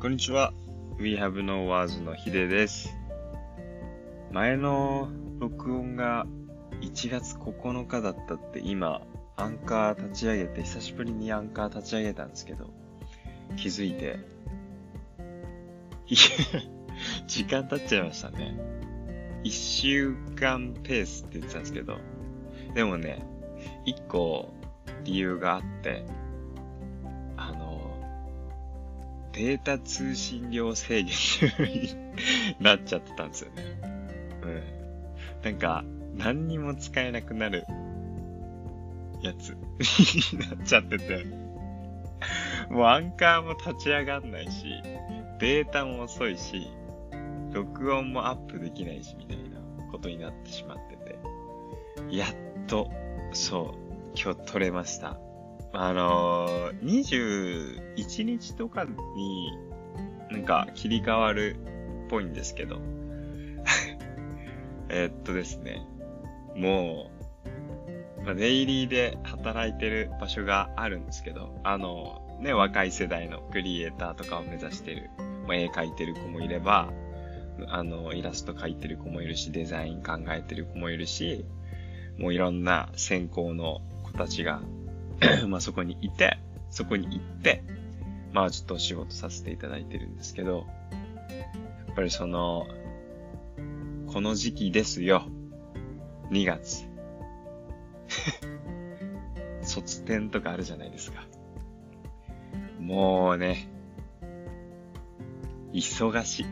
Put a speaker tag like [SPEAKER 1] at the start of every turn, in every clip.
[SPEAKER 1] こんにちは。We have no words のヒデです。前の録音が1月9日だったって今、アンカー立ち上げて、久しぶりにアンカー立ち上げたんですけど、気づいて、時間経っちゃいましたね。1週間ペースって言ってたんですけど、でもね、1個理由があって、データ通信量制限になっちゃってたんですよね。なんか、何にも使えなくなるやつになっちゃってて、もうアンカーも立ち上がんないし、データも遅いし、録音もアップできないし、みたいなことになってしまってて、やっと、今日撮れました。21日とかになんか切り替わるっぽいんですけどですね、もう、デイリーで働いてる場所があるんですけど、若い世代のクリエイターとかを目指してる、絵描いてる子もいれば、イラスト描いてる子もいるし、デザイン考えてる子もいるし、もういろんな専攻の子たちがそこに行って、ちょっとお仕事させていただいてるんですけど、やっぱりこの時期ですよ。2月。卒展とかあるじゃないですか。もうね、忙しい。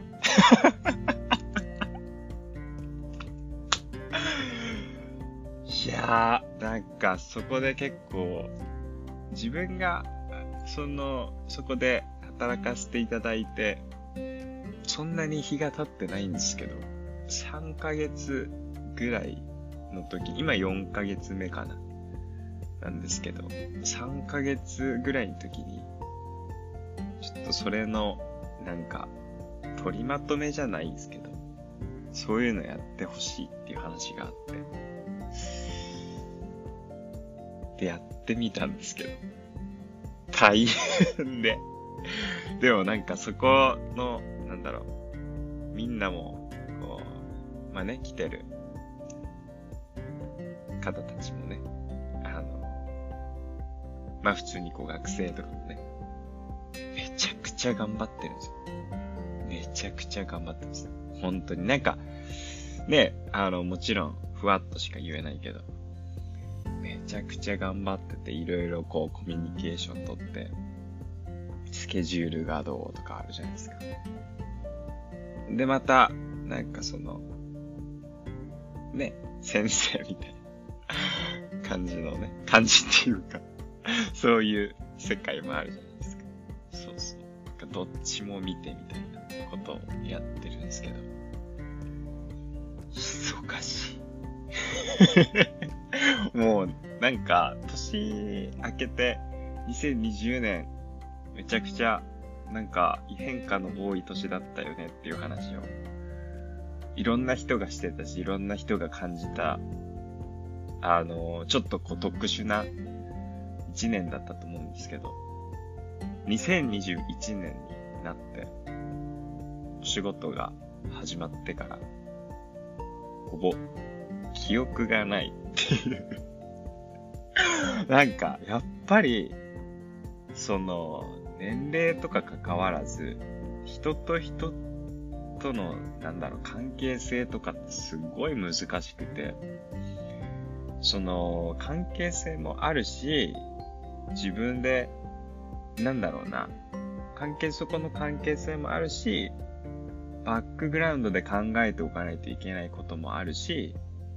[SPEAKER 1] いやー、なんかそこで結構、自分が、そこで働かせていただいて、そんなに日が経ってないんですけど、3ヶ月ぐらいの時、今4ヶ月目かな。なんですけど、3ヶ月ぐらいの時に、ちょっとそれの、取りまとめじゃないんですけど、そういうのやってほしいっていう話があって、で、やってみたんですけど、大変で。でもそこの、みんなも、来てる方たちもね、普通に学生とかもね、めちゃくちゃ頑張ってるんですよ。めちゃくちゃ頑張ってます。本当にもちろん、ふわっとしか言えないけど、めちゃくちゃ頑張ってて、いろいろコミュニケーション取って、スケジュールがどうとかあるじゃないですか。で、また、先生みたいな感じのね、感じっていうか、そういう世界もあるじゃないですか。どっちも見てみたいなことをやってるんですけど、忙しい。もう、年明けて、2020年、めちゃくちゃ、変化の多い年だったよねっていう話を、いろんな人がしてたし、いろんな人が感じた、ちょっと特殊な1年だったと思うんですけど、2021年になって、お仕事が始まってから、ほぼ、記憶がないっていうやっぱり、年齢とか関わらず、人と人との、関係性とかってすごい難しくて、関係性もあるし、自分で、そこの関係性もあるし、バックグラウンドで考えておかないといけないこともあるし、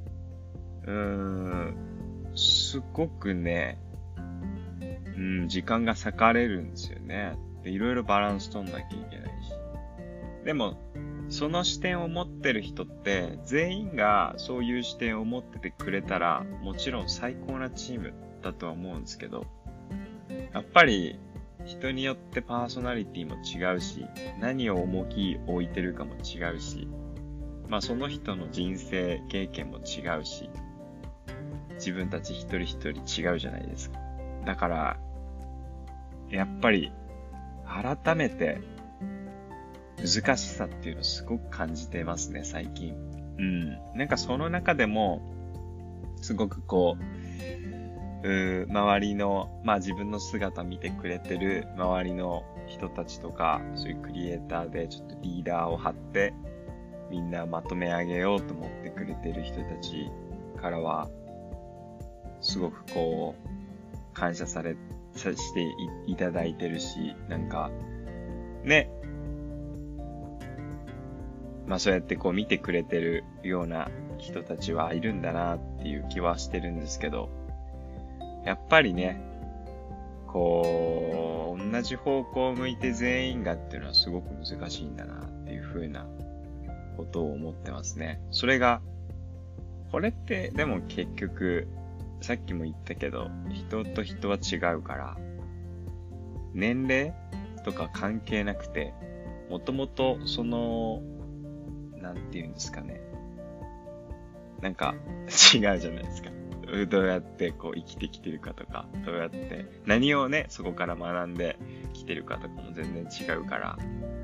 [SPEAKER 1] すごくね、時間が割かれるんですよね。で、いろいろバランス取んなきゃいけないし。でも、その視点を持ってる人って、全員がそういう視点を持っててくれたら、もちろん最高なチームだとは思うんですけど、やっぱり、人によってパーソナリティも違うし、何を重き置いてるかも違うし、その人の人生経験も違うし、自分たち一人一人違うじゃないですか。だから、やっぱり、改めて、 難しさっていうのをすごく感じてますね、最近。なんかその中でも、すごくこう、周りの、自分の姿見てくれてる周りの人たちとか、そういうクリエイターでちょっとリーダーを張って、みんなまとめ上げようと思ってくれてる人たちからは、すごくこう、感謝していただいてるし、なんか、ね、そうやってこう見てくれてるような人たちはいるんだなっていう気はしてるんですけど、やっぱりね、こう、同じ方向を向いて全員がっていうのはすごく難しいんだなっていう風なことを思ってますね。それが、これってでも結局、さっきも言ったけど、人と人は違うから、年齢とか関係なくて、もともとその、なんて言うんですかね。なんか違うじゃないですか。どうやってこう生きてきてるかとか、どうやって何をね、そこから学んできてるかとかも全然違うから、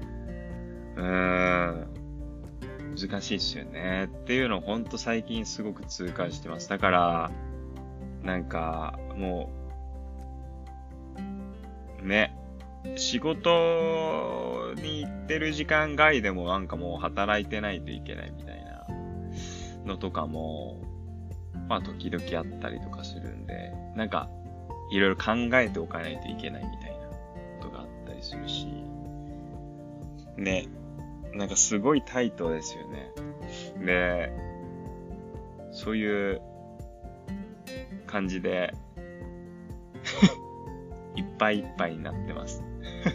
[SPEAKER 1] 難しいっすよねっていうのをほんと最近すごく痛感してます。だから、なんかもう、ね、仕事に行ってる時間外でもなんかもう働いてないといけないみたいなのとかも、時々あったりとかするんで、なんかいろいろ考えておかないといけないみたいなことがあったりするし、ね、なんかすごいタイトですよね。で、そういう感じでいっぱいいっぱいになってます。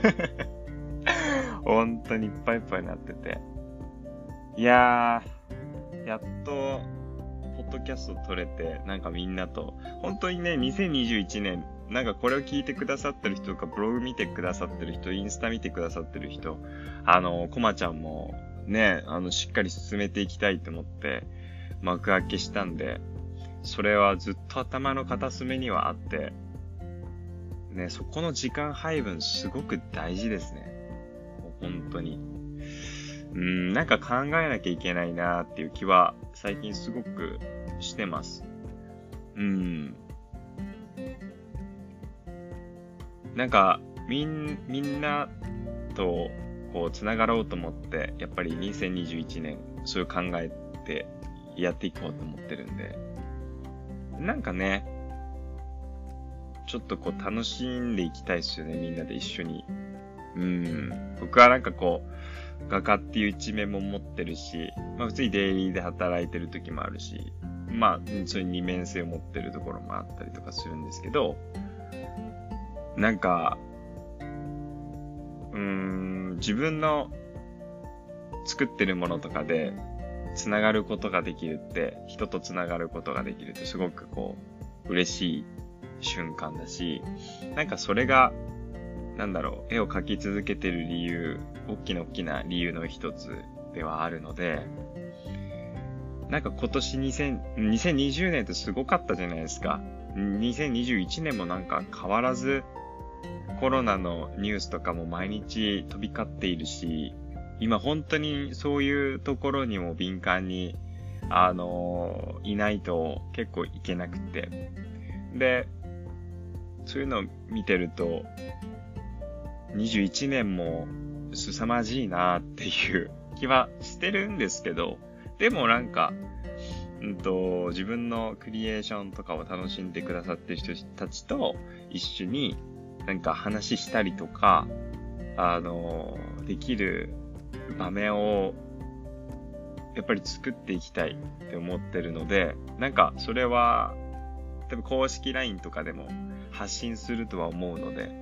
[SPEAKER 1] 本当にいっぱいいっぱいになってて。いやー、やっと、ポッドキャスト撮れて、なんかみんなと、本当にね、2021年、なんかこれを聞いてくださってる人とか、ブログ見てくださってる人、インスタ見てくださってる人、コマちゃんも、ね、しっかり進めていきたいと思って、幕開けしたんで、それはずっと頭の片隅にはあって、ね、そこの時間配分すごく大事ですね。本当に。なんか考えなきゃいけないなーっていう気は最近すごくしてます。なんかみんなとこう繋がろうと思って、やっぱり2021年そういう考えてやっていこうと思ってるんで、なんかね、ちょっとこう楽しんでいきたいですよね、みんなで一緒に。僕はなんかこう、画家っていう一面も持ってるし、普通にデイリーで働いてる時もあるし、そういう二面性を持ってるところもあったりとかするんですけど、なんか、自分の作ってるものとかで繋がることができるって、人と繋がることができるってすごくこう、嬉しい瞬間だし、なんかそれが、絵を描き続けてる理由、大きな理由の一つではあるので、なんか今年2020年ってすごかったじゃないですか。2021年もなんか変わらずコロナのニュースとかも毎日飛び交っているし、今本当にそういうところにも敏感に、いないと結構いけなくて。で、そういうのを見てると、21年も凄まじいなっていう気はしてるんですけど、でもなんか、自分のクリエーションとかを楽しんでくださってる人たちと一緒になんか話したりとか、できる場面をやっぱり作っていきたいって思ってるので、なんかそれは多分公式 LINE とかでも発信するとは思うので、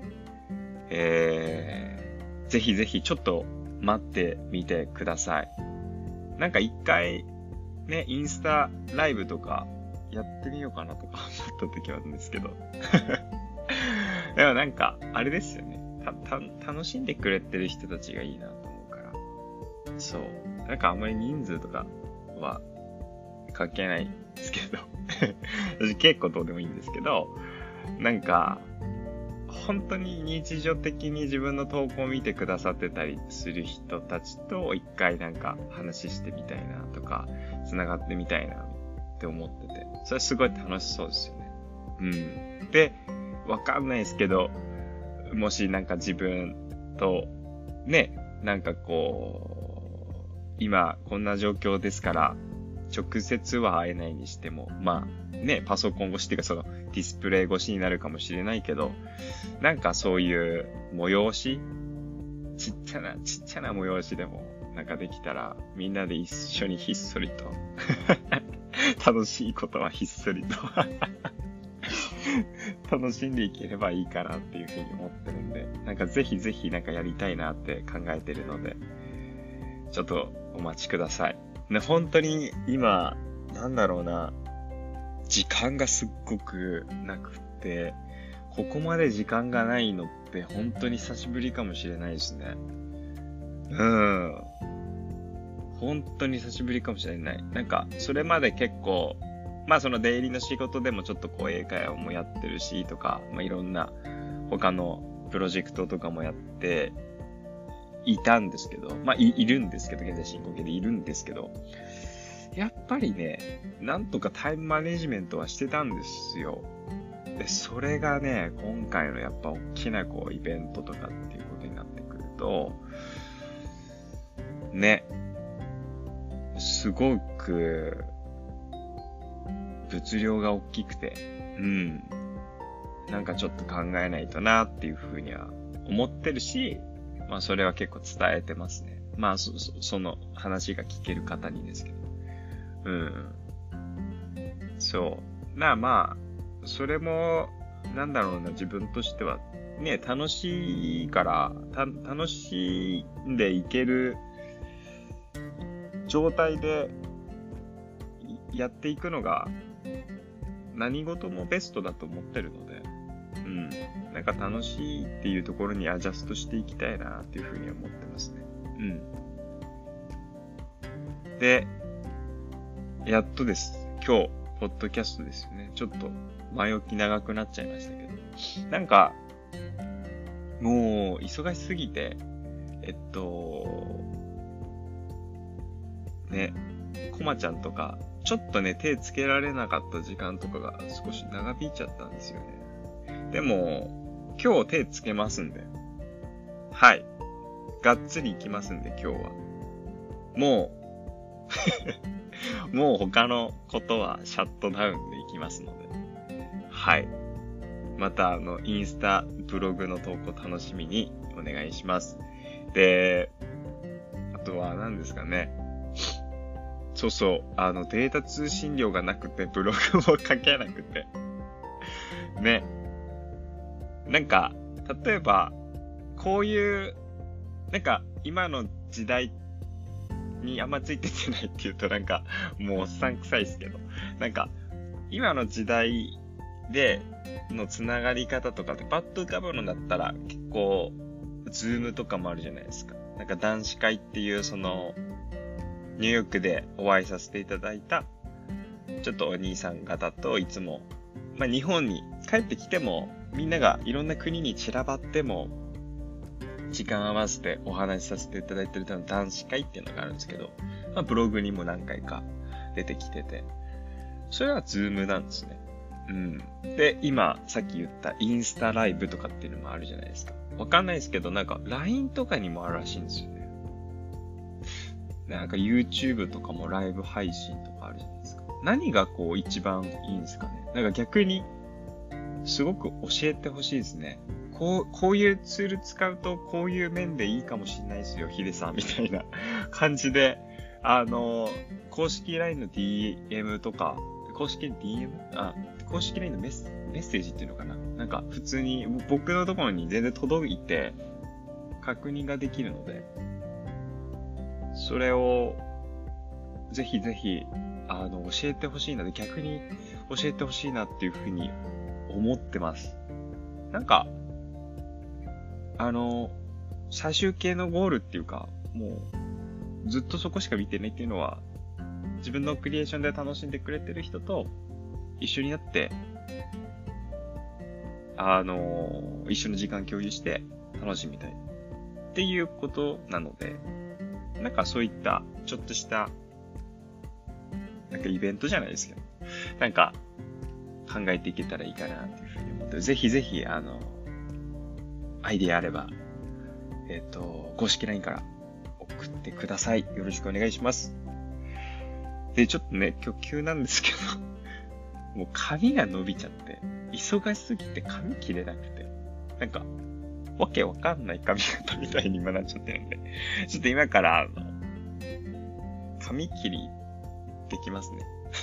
[SPEAKER 1] ぜひぜひちょっと待ってみてください。なんか一回ね、インスタライブとかやってみようかなとか思った時はあるんですけど。でもなんか、あれですよね。楽しんでくれてる人たちがいいなと思うから。そう。なんかあんまり人数とかは関係ないんですけど。私結構どうでもいいんですけど、なんか、 本当に日常的に自分の投稿を見てくださってたりする人たちと一回なんか話してみたいなとか、繋がってみたいなって思ってて、それすごい楽しそうですよね。で、わかんないですけど、もしなんか自分と、ね、なんかこう、今こんな状況ですから、直接は会えないにしても、まあね、パソコン越しっていうかそのディスプレイ越しになるかもしれないけど、なんかそういう催し、ちっちゃな催しでもなんかできたら、みんなで一緒にひっそりと楽しいことはひっそりと楽しんでいければいいかなっていうふうに思ってるんで、なんかぜひぜひなんかやりたいなって考えてるので、ちょっとお待ちください。ね、本当に今、なんだろうな、時間がすっごくなくって、ここまで時間がないのって本当に久しぶりかもしれないですね。本当に久しぶりかもしれない。なんか、それまで結構、まあその出入りの仕事でもちょっとこう英会話もやってるしとか、まあいろんな他のプロジェクトとかもやっていたんですけど、まあいるんですけど、現在進行形でいるんですけど、やっぱりね、なんとかタイムマネジメントはしてたんですよ。で、それがね、今回のやっぱ大きなこうイベントとかっていうことになってくると、ね、すごく物量が大きくて、なんかちょっと考えないとなっていうふうには思ってるし、まあそれは結構伝えてますね。まあその話が聞ける方にですけど。そう。まあ、それも、なんだろうな、自分としては、ね、楽しいから、楽しんでいける状態でやっていくのが、何事もベストだと思ってるので、なんか楽しいっていうところにアジャストしていきたいなっていうふうに思ってますね。で、やっとです。今日、ポッドキャストですよね。ちょっと前置き長くなっちゃいましたけど。なんか、もう、忙しすぎて、ね、コマちゃんとか、ちょっとね、手つけられなかった時間とかが少し長引いちゃったんですよね。でも、今日手つけますんで。はい。がっつり行きますんで、今日は。もう他のことはシャットダウンでいきますので。はい。またインスタ、ブログの投稿楽しみにお願いします。で、あとは何ですかね。データ通信量がなくてブログも書けなくて。ね。なんか、例えば、こういう、なんか、今の時代にあんまついてってないって言うとなんか、もうおっさん臭いですけど。なんか、今の時代でのつながり方とかってパッと浮かぶのだったら、結構、ズームとかもあるじゃないですか。なんか男子会っていうニューヨークでお会いさせていただいた、ちょっとお兄さん方といつも、まあ日本に帰ってきても、みんながいろんな国に散らばっても、時間合わせてお話しさせていただいてる男子会っていうのがあるんですけど、まあブログにも何回か出てきてて、それはズームなんですね。で、今、さっき言ったインスタライブとかっていうのもあるじゃないですか。わかんないですけど、なんか LINE とかにもあるらしいんですよね。なんか YouTube とかもライブ配信とかあるじゃないですか。何がこう一番いいんですかね。なんか逆に、すごく教えてほしいですね。こういうツール使うとこういう面でいいかもしれないですよ、ヒデさんみたいな感じで、公式 LINE の DM とか、公式 DM？ 公式 LINE のメッセージっていうのかな？なんか普通に僕のところに全然届いて確認ができるので、それをぜひぜひ教えてほしいので、逆に教えてほしいなっていうふうに思ってます。なんか最終形のゴールっていうか、もうずっとそこしか見てないっていうのは、自分のクリエーションで楽しんでくれてる人と一緒になって、 一緒の時間共有して楽しみたいっていうことなので、なんかそういったちょっとしたなんかイベントじゃないですけど、なんか考えていけたらいいかなっていうふうに思って、ぜひぜひアイディアあれば公式 LINE から送ってください。よろしくお願いします。で、ちょっとね、今日急なんですけど、もう髪が伸びちゃって、忙しすぎて髪切れなくて、なんか、わけわかんない髪型みたいに今なっちゃってるんで、ちょっと今から髪切りできますね。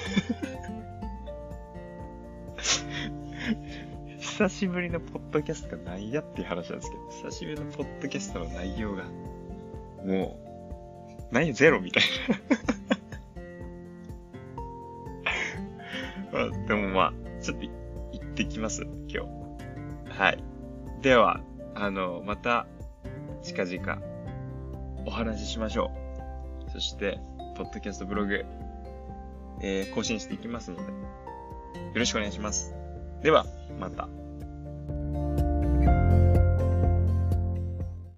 [SPEAKER 1] 久しぶりのポッドキャストがないやっていう話なんですけど、久しぶりのポッドキャストの内容が、もう、何ゼロみたいな。でもまあ、ちょっと行ってきます、今日。はい。では、また、近々、お話ししましょう。そして、ポッドキャストブログ、更新していきますので、よろしくお願いします。では、また。